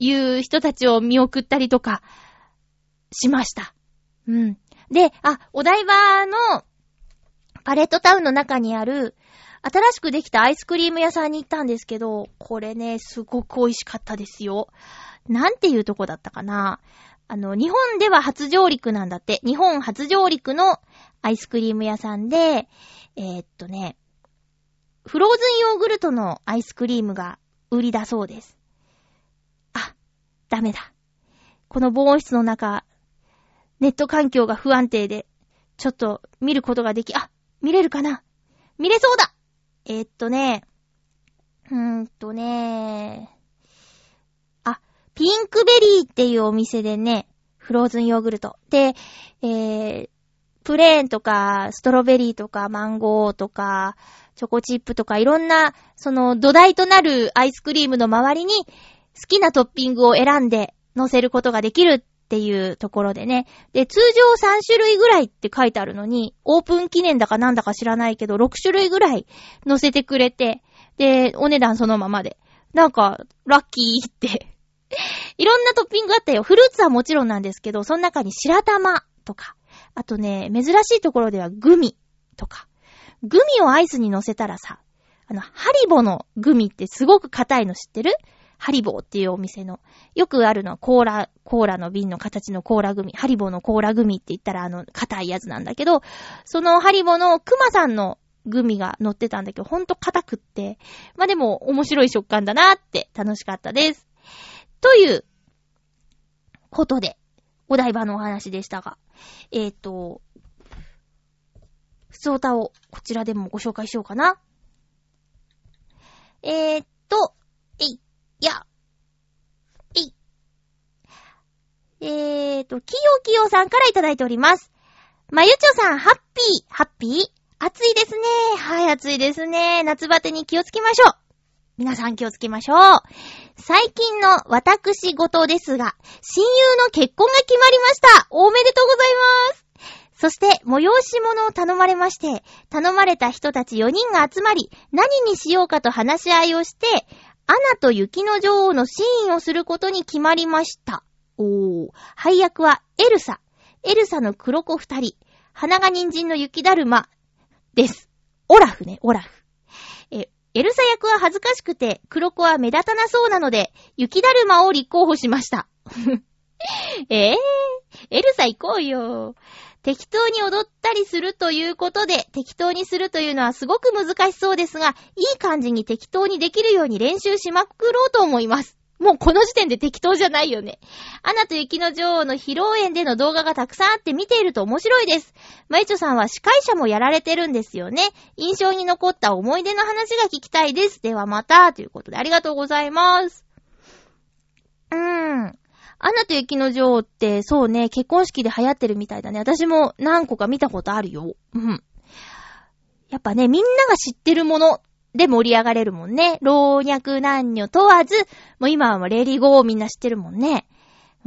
いう人たちを見送ったりとかしました。うん。で、あ、お台場のパレットタウンの中にある新しくできたアイスクリーム屋さんに行ったんですけど、これね、すごく美味しかったですよ。なんていうとこだったかな。あの、日本では初上陸なんだって。日本初上陸のアイスクリーム屋さんで、えー、っとね、フローズンヨーグルトのアイスクリームが売りだそうです。あ、ダメだ。この防音室の中、ネット環境が不安定で、ちょっと見ることができ、あ、見れるかな？見れそうだ！えー、っとね、うーんとね、あ、ピンクベリーっていうお店でね、フローズンヨーグルト。で、えー、プレーンとか、ストロベリーとか、マンゴーとか、チョコチップとか、いろんな、その土台となるアイスクリームの周りに、好きなトッピングを選んで乗せることができるっていうところでね。で、通常さん種類ぐらいって書いてあるのに、オープン記念だかなんだか知らないけど、ろく種類ぐらい乗せてくれて、で、お値段そのままで。なんか、ラッキーって。いろんなトッピングあったよ。フルーツはもちろんなんですけど、その中に白玉とか、あとね、珍しいところではグミとか。グミをアイスに乗せたらさ、あの、ハリボのグミってすごく硬いの知ってる？ハリボーっていうお店の。よくあるのはコーラ、コーラの瓶の形のコーラグミ。ハリボーのコーラグミって言ったらあの、硬いやつなんだけど、そのハリボーのクマさんのグミが乗ってたんだけど、ほんと硬くって。まあ、でも面白い食感だなって楽しかったです。ということで、お台場のお話でしたが、えっと、ふつおたをこちらでもご紹介しようかな。えー、っと、えい、いや、えい。えー、っと、きよきよさんからいただいております。まゆちょさん、ハッピー、ハッピー？暑いですね。はい、暑いですね。夏バテに気をつけましょう。皆さん気をつけましょう。最近の私事ですが、親友の結婚が決まりました。おめでとうございます。そして、催し物を頼まれまして、頼まれた人たちよにんが集まり、何にしようかと話し合いをして、アナと雪の女王のシーンをすることに決まりました。おー。配役はエルサ。エルサの黒子二人。鼻が人参の雪だるまです。オラフね、オラフ。え、エルサ役は恥ずかしくて、黒子は目立たなそうなので、雪だるまを立候補しました。えー、エルサ行こうよ。適当に踊ったりするということで、適当にするというのはすごく難しそうですが、いい感じに適当にできるように練習しまくろうと思います。もうこの時点で適当じゃないよね。アナと雪の女王の披露宴での動画がたくさんあって見ていると面白いです。まゆちょさんは司会者もやられてるんですよね。印象に残った思い出の話が聞きたいです。ではまた、ということでありがとうございます。うーん。アナと雪の女王ってそうね、結婚式で流行ってるみたいだね。私も何個か見たことあるよ。うん。やっぱね、みんなが知ってるもので盛り上がれるもんね。老若男女問わず、もう今はもうレディーゴーみんな知ってるもんね。うん。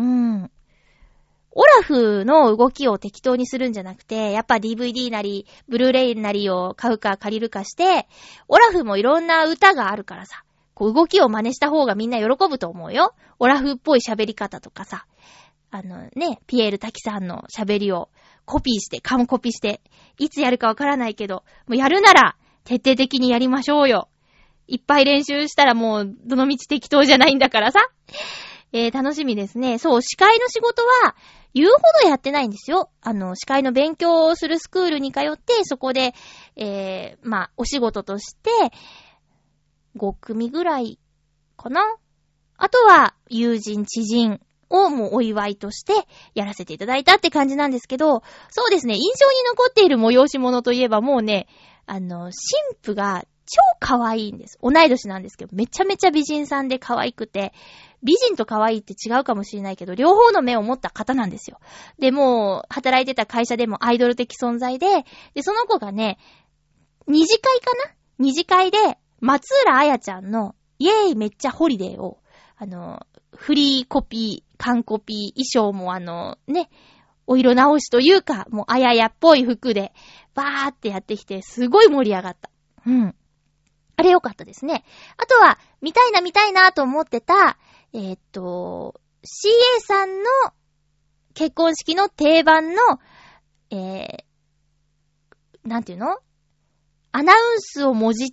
オラフの動きを適当にするんじゃなくて、やっぱ ディーブイディー なり、ブルーレイなりを買うか借りるかして、オラフもいろんな歌があるからさ。こう動きを真似した方がみんな喜ぶと思うよ。オラフっぽい喋り方とかさ。あのね、ピエール滝さんの喋りをコピーして、カムコピして、いつやるかわからないけど、もうやるなら徹底的にやりましょうよ。いっぱい練習したらもうどの道適当じゃないんだからさ。えー、楽しみですね。そう、司会の仕事は言うほどやってないんですよ。あの、司会の勉強をするスクールに通って、そこで、えー、まあ、お仕事として、ご組ぐらいかな。あとは友人知人をもうお祝いとしてやらせていただいたって感じなんですけど、そうですね、印象に残っている催し物といえばもうね、あの神父が超可愛いんです。同い年なんですけど、めちゃめちゃ美人さんで可愛くて、美人と可愛いって違うかもしれないけど、両方の目を持った方なんですよ。でも働いてた会社でもアイドル的存在で、でその子がね、二次会かな二次会で松浦彩ちゃんのイエーイめっちゃホリデーを、あの、フリーコピー、完コピー、衣装もあの、ね、お色直しというか、もうあややっぽい服で、バーってやってきて、すごい盛り上がった。うん。あれ良かったですね。あとは、見たいな見たいなと思ってた、 えー、っと、シーエー さんの結婚式の定番の、えー、なんていうの？アナウンスをもじって、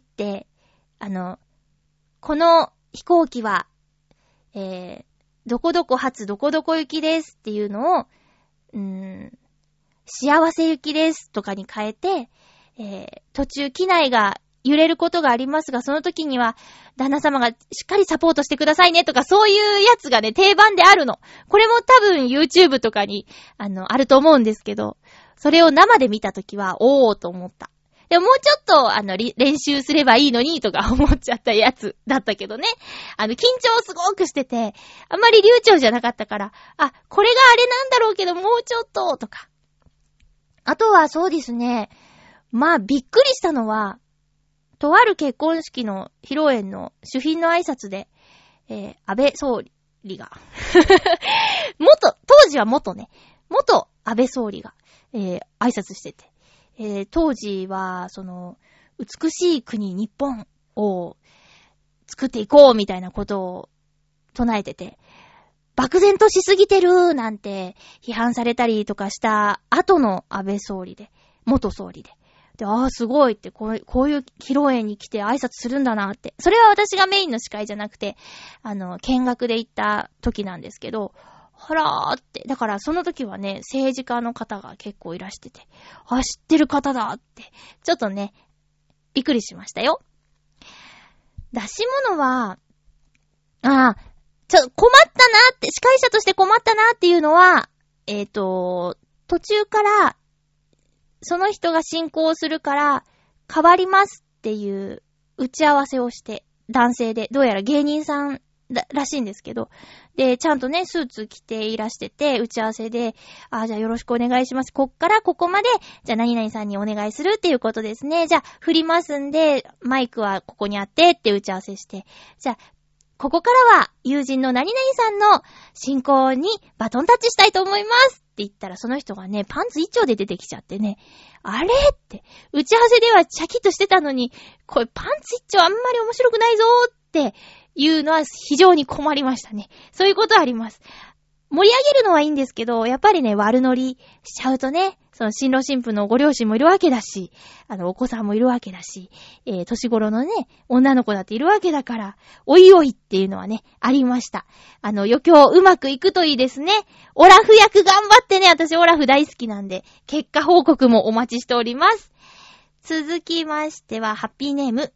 あの、この飛行機は、えー、どこどこ発どこどこ行きですっていうのを、うーん、幸せ行きですとかに変えて、えー、途中機内が揺れることがありますが、その時には旦那様がしっかりサポートしてくださいねとか、そういうやつがね、定番であるの。これも多分 YouTube とかに、あの、あると思うんですけど、それを生で見た時は、おーと思った。でももうちょっと、あの、練習すればいいのにとか思っちゃったやつだったけどね。あの、緊張すごくしてて、あんまり流暢じゃなかったから、あ、これがあれなんだろうけど、もうちょっと、とか。あとはそうですね。まあ、びっくりしたのは、とある結婚式の披露宴の主賓の挨拶で、えー、安倍総理が、元、当時は元ね、元安倍総理が、えー、挨拶してて、えー、当時は、その、美しい国日本を作っていこうみたいなことを唱えてて、漠然としすぎてるなんて批判されたりとかした後の安倍総理で、元総理で。で、ああ、すごいってこう、こういう披露宴に来て挨拶するんだなって。それは私がメインの司会じゃなくて、あの、見学で行った時なんですけど、ほらーって。だからその時はね、政治家の方が結構いらしてて、あ、知ってる方だって。ちょっとね、びっくりしましたよ。出し物は、ああ、ちょ、困ったなって、司会者として困ったなっていうのは、えっと、途中から、その人が進行するから、変わりますっていう打ち合わせをして、男性で、どうやら芸人さんらしいんですけど、で、ちゃんとね、スーツ着ていらしてて、打ち合わせで、あ、じゃあよろしくお願いします。こっからここまで、じゃあ何々さんにお願いするっていうことですね。じゃあ振りますんで、マイクはここにあってって打ち合わせして、じゃあ、ここからは友人の何々さんの進行にバトンタッチしたいと思いますって言ったら、その人がね、パンツ一丁で出てきちゃってね、あれって、打ち合わせではシャキッとしてたのに、これパンツ一丁あんまり面白くないぞっていうのは非常に困りましたね。そういうことあります。盛り上げるのはいいんですけど、やっぱりね、悪乗りしちゃうとね、その新郎新婦のご両親もいるわけだし、あの、お子さんもいるわけだし、えー、年頃のね、女の子だっているわけだから、おいおいっていうのはね、ありました。あの、余興うまくいくといいですね。オラフ役頑張ってね、私オラフ大好きなんで、結果報告もお待ちしております。続きましては、ハッピーネーム。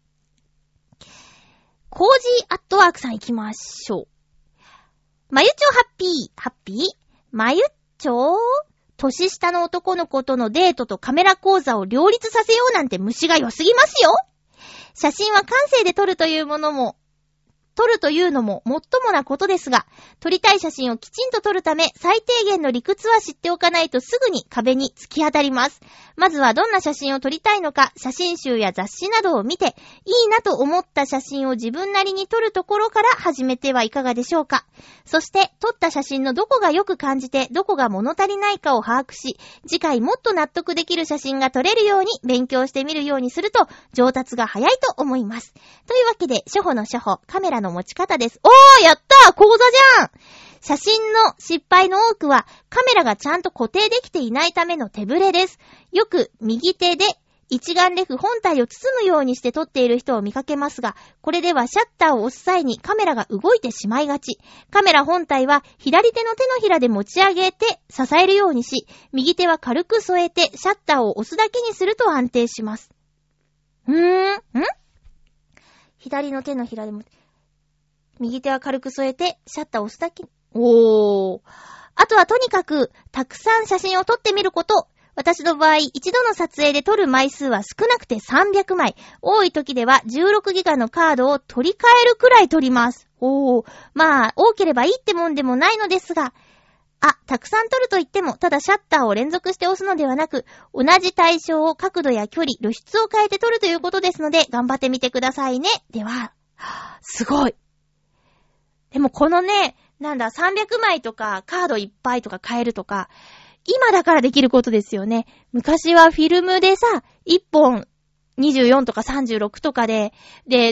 コージーアットワークさん行きましょう。まゆちょハッピー、ハッピーまゆちょ年下の男の子とのデートとカメラ講座を両立させようなんて虫が良すぎますよ。写真は感性で撮るというものも、撮るというのももっともなことですが、撮りたい写真をきちんと撮るため、最低限の理屈は知っておかないとすぐに壁に突き当たります。まずはどんな写真を撮りたいのか、写真集や雑誌などを見て、いいなと思った写真を自分なりに撮るところから始めてはいかがでしょうか。そして、撮った写真のどこがよく感じて、どこが物足りないかを把握し、次回もっと納得できる写真が撮れるように勉強してみるようにすると、上達が早いと思います。というわけで、初歩の初歩、カメラの持ち方です。おー、やったー、講座じゃん。写真の失敗の多くはカメラがちゃんと固定できていないための手ぶれです。よく右手で一眼レフ本体を包むようにして撮っている人を見かけますが、これではシャッターを押す際にカメラが動いてしまいがち。カメラ本体は左手の手のひらで持ち上げて支えるようにし、右手は軽く添えてシャッターを押すだけにすると安定します。うーん、ん?左の手のひらでも、右手は軽く添えてシャッターを押すだけ。おー。あとはとにかくたくさん写真を撮ってみること。私の場合、一度の撮影で撮る枚数は少なくてさんびゃくまい。多い時ではじゅうろくギガのカードを取り替えるくらい撮ります。おー。まあ、多ければいいってもんでもないのですが、あ、たくさん撮ると言っても、ただシャッターを連続して押すのではなく、同じ対象を角度や距離、露出を変えて撮るということですので、頑張ってみてくださいね。では、すごい。でもこのね、なんだ、さんびゃくまいとか、カードいっぱいとか変えるとか、今だからできることですよね。昔はフィルムでさ、いっぽんにじゅうよんとかさんじゅうろくとかで、で、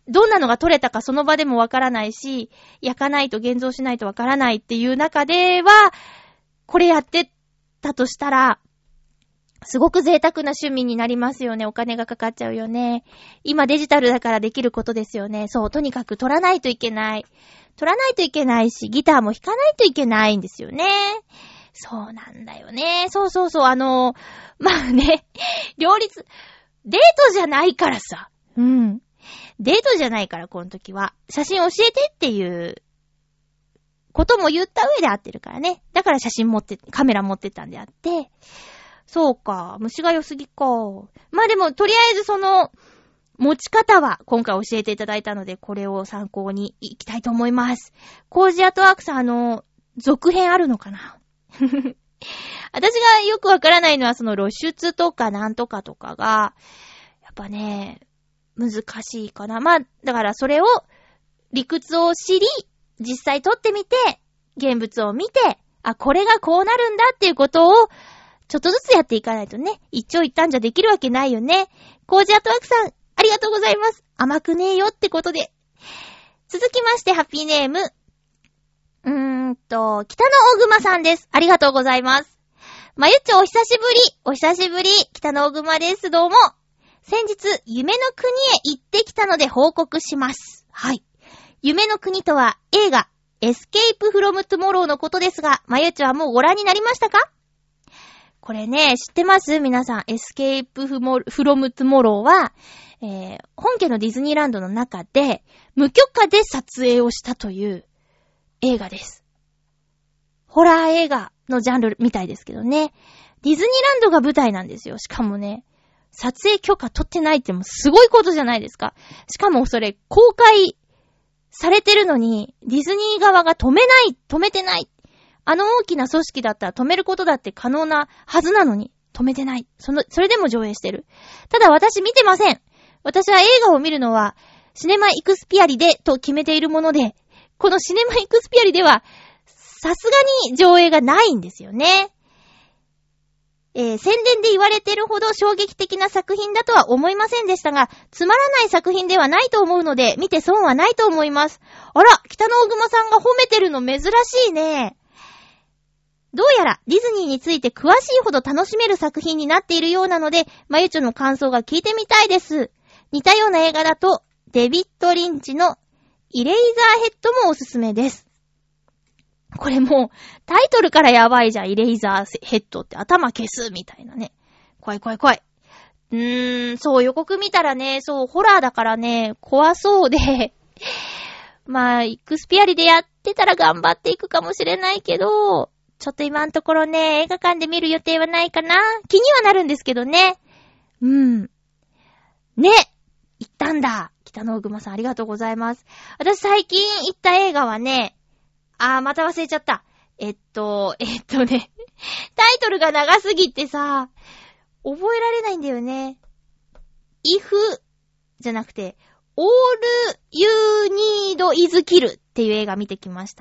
どんなのが撮れたかその場でもわからないし、焼かないと現像しないとわからないっていう中では、これやってたとしたら、すごく贅沢な趣味になりますよね。お金がかかっちゃうよね。今デジタルだからできることですよね。そう、とにかく撮らないといけない。撮らないといけないし、ギターも弾かないといけないんですよね。そうなんだよね。そうそうそう、あの、まあね、両立、デートじゃないからさ。うん。デートじゃないから、この時は。写真教えてっていうことも言った上で会ってるからね。だから写真持って、カメラ持ってたんであって。そうか、虫が良すぎか。まあでも、とりあえずその、持ち方は今回教えていただいたので、これを参考にいきたいと思います。コージアートワークさん、あの、続編あるのかな私がよくわからないのは、その露出とかなんとかとかが、やっぱね、難しいかな。まあ、だからそれを、理屈を知り、実際撮ってみて、現物を見て、あ、これがこうなるんだっていうことを、ちょっとずつやっていかないとね、一長一短じゃできるわけないよね。コージアートワークさん、ありがとうございます。甘くねえよってことで。続きまして、ハッピーネーム。うーんと、北の大熊さんです。ありがとうございます。まゆっちょお久しぶり。お久しぶり。北の大熊です。どうも。先日、夢の国へ行ってきたので報告します。はい。夢の国とは映画、エスケープフロムトゥモローのことですが、まゆっちょはもうご覧になりましたか？これね、知ってます皆さん。エスケープフロムトゥモローは、えー、本家のディズニーランドの中で、無許可で撮影をしたという映画です。ホラー映画のジャンルみたいですけどね。ディズニーランドが舞台なんですよ。しかもね、撮影許可取ってないってもすごいことじゃないですか。しかもそれ公開されてるのに、ディズニー側が止めない、止めてない。あの大きな組織だったら止めることだって可能なはずなのに、止めてない。その、それでも上映してる。ただ私見てません。私は映画を見るのは、シネマイクスピアリでと決めているもので、このシネマイクスピアリでは、さすがに上映がないんですよね。えー、宣伝で言われてるほど衝撃的な作品だとは思いませんでしたが、つまらない作品ではないと思うので、見て損はないと思います。あら、北の大熊さんが褒めてるの珍しいね。どうやらディズニーについて詳しいほど楽しめる作品になっているようなので、まゆちょの感想が聞いてみたいです。似たような映画だと、デビッド・リンチのイレイザーヘッドもおすすめです。これもう、タイトルからやばいじゃん。イレイザーヘッドって頭消すみたいなね。怖い怖い怖い。うーん、そう予告見たらね、そうホラーだからね、怖そうで。まあ、イクスピアリでやってたら頑張っていくかもしれないけど、ちょっと今のところね、映画館で見る予定はないかな。気にはなるんですけどね。うん。ね、行ったんだ。北の大熊さんありがとうございます。私最近行った映画はね、あーまた忘れちゃった。えっと、えっとね、タイトルが長すぎてさ、覚えられないんだよね。if じゃなくて、all you need is kill っていう映画見てきました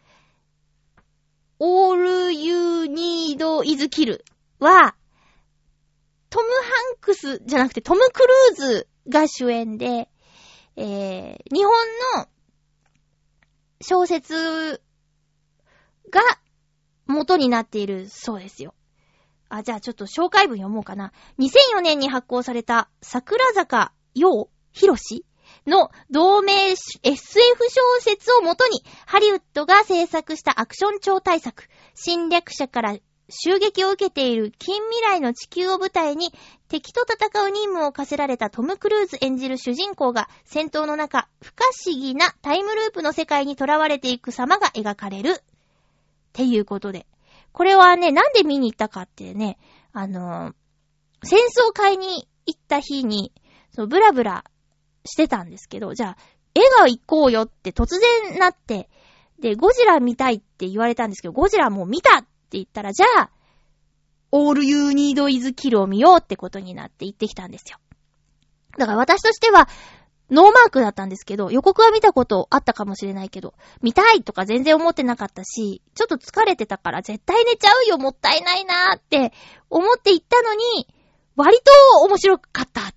。all you need is kill は、トム・ハンクスじゃなくてトム・クルーズが主演で、えー、日本の小説が元になっているそうですよ。あ、じゃあちょっと紹介文読もうかな。にせんよねんに発行された桜坂陽博士の同名 エスエフ 小説を元にハリウッドが制作したアクション超大作、侵略者から襲撃を受けている近未来の地球を舞台に敵と戦う任務を課せられたトム・クルーズ演じる主人公が戦闘の中、不可思議なタイムループの世界に囚われていく様が描かれるっていうことで、これはね、なんで見に行ったかってね、あのー、戦争会に行った日にそのブラブラしてたんですけど、じゃあ映画行こうよって突然なって、でゴジラ見たいって言われたんですけど、ゴジラもう見たって言ったら、じゃあ、All You Need Is Kill を見ようってことになって行ってきたんですよ。だから私としては、ノーマークだったんですけど、予告は見たことあったかもしれないけど、見たいとか全然思ってなかったし、ちょっと疲れてたから絶対寝ちゃうよ、もったいないなーって思って行ったのに、割と面白かったっ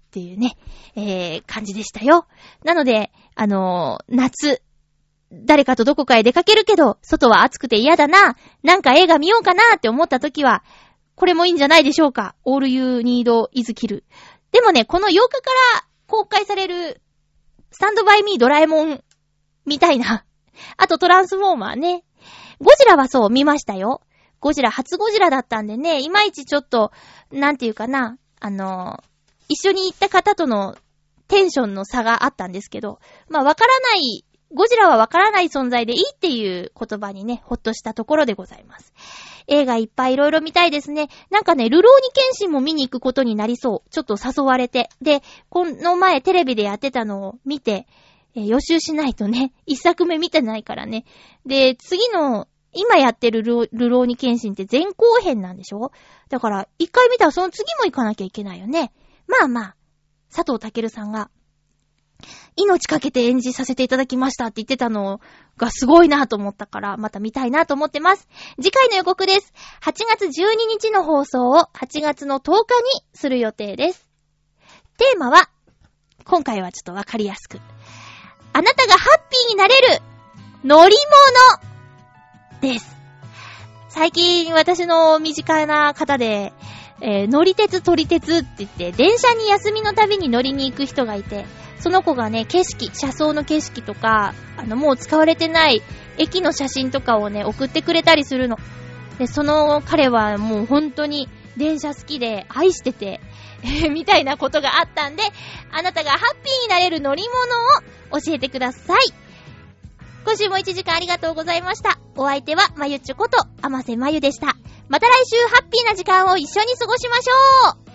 っていうね、えー、感じでしたよ。なので、あのー、夏、誰かとどこかへ出かけるけど、外は暑くて嫌だな、なんか映画見ようかなって思った時は、これもいいんじゃないでしょうか。All You Need Is Kill。でもね、このようかから公開される、スタンドバイミードラえもん、みたいな。あとトランスフォーマーね。ゴジラはそう見ましたよ。ゴジラ、初ゴジラだったんでね、いまいちちょっと、なんていうかな、あの、一緒に行った方とのテンションの差があったんですけど、まあわからない、ゴジラはわからない存在でいいっていう言葉にね、ほっとしたところでございます。映画いっぱいいろいろ見たいですね。なんかね、ルローニケンシンも見に行くことになりそう。ちょっと誘われて。で、この前テレビでやってたのを見て、えー、予習しないとね、一作目見てないからね。で、次の、今やってるル、ルローニケンシンって前後編なんでしょ？だから、一回見たらその次も行かなきゃいけないよね。まあまあ、佐藤健さんが、命かけて演じさせていただきましたって言ってたのがすごいなと思ったから、また見たいなと思ってます。次回の予告です。はちがつじゅうににちの放送をはちがつのとおかにする予定です。テーマは、今回はちょっとわかりやすく。あなたがハッピーになれる乗り物です。最近私の身近な方で、えー、乗り鉄撮り鉄って言って、電車に休みのたびに乗りに行く人がいて、その子がね、景色、車窓の景色とか、あの、もう使われてない駅の写真とかをね、送ってくれたりするの。で、その彼はもう本当に電車好きで愛してて、みたいなことがあったんで、あなたがハッピーになれる乗り物を教えてください。今週もいちじかんありがとうございました。お相手はまゆっちょこと、あませまゆでした。また来週ハッピーな時間を一緒に過ごしましょう。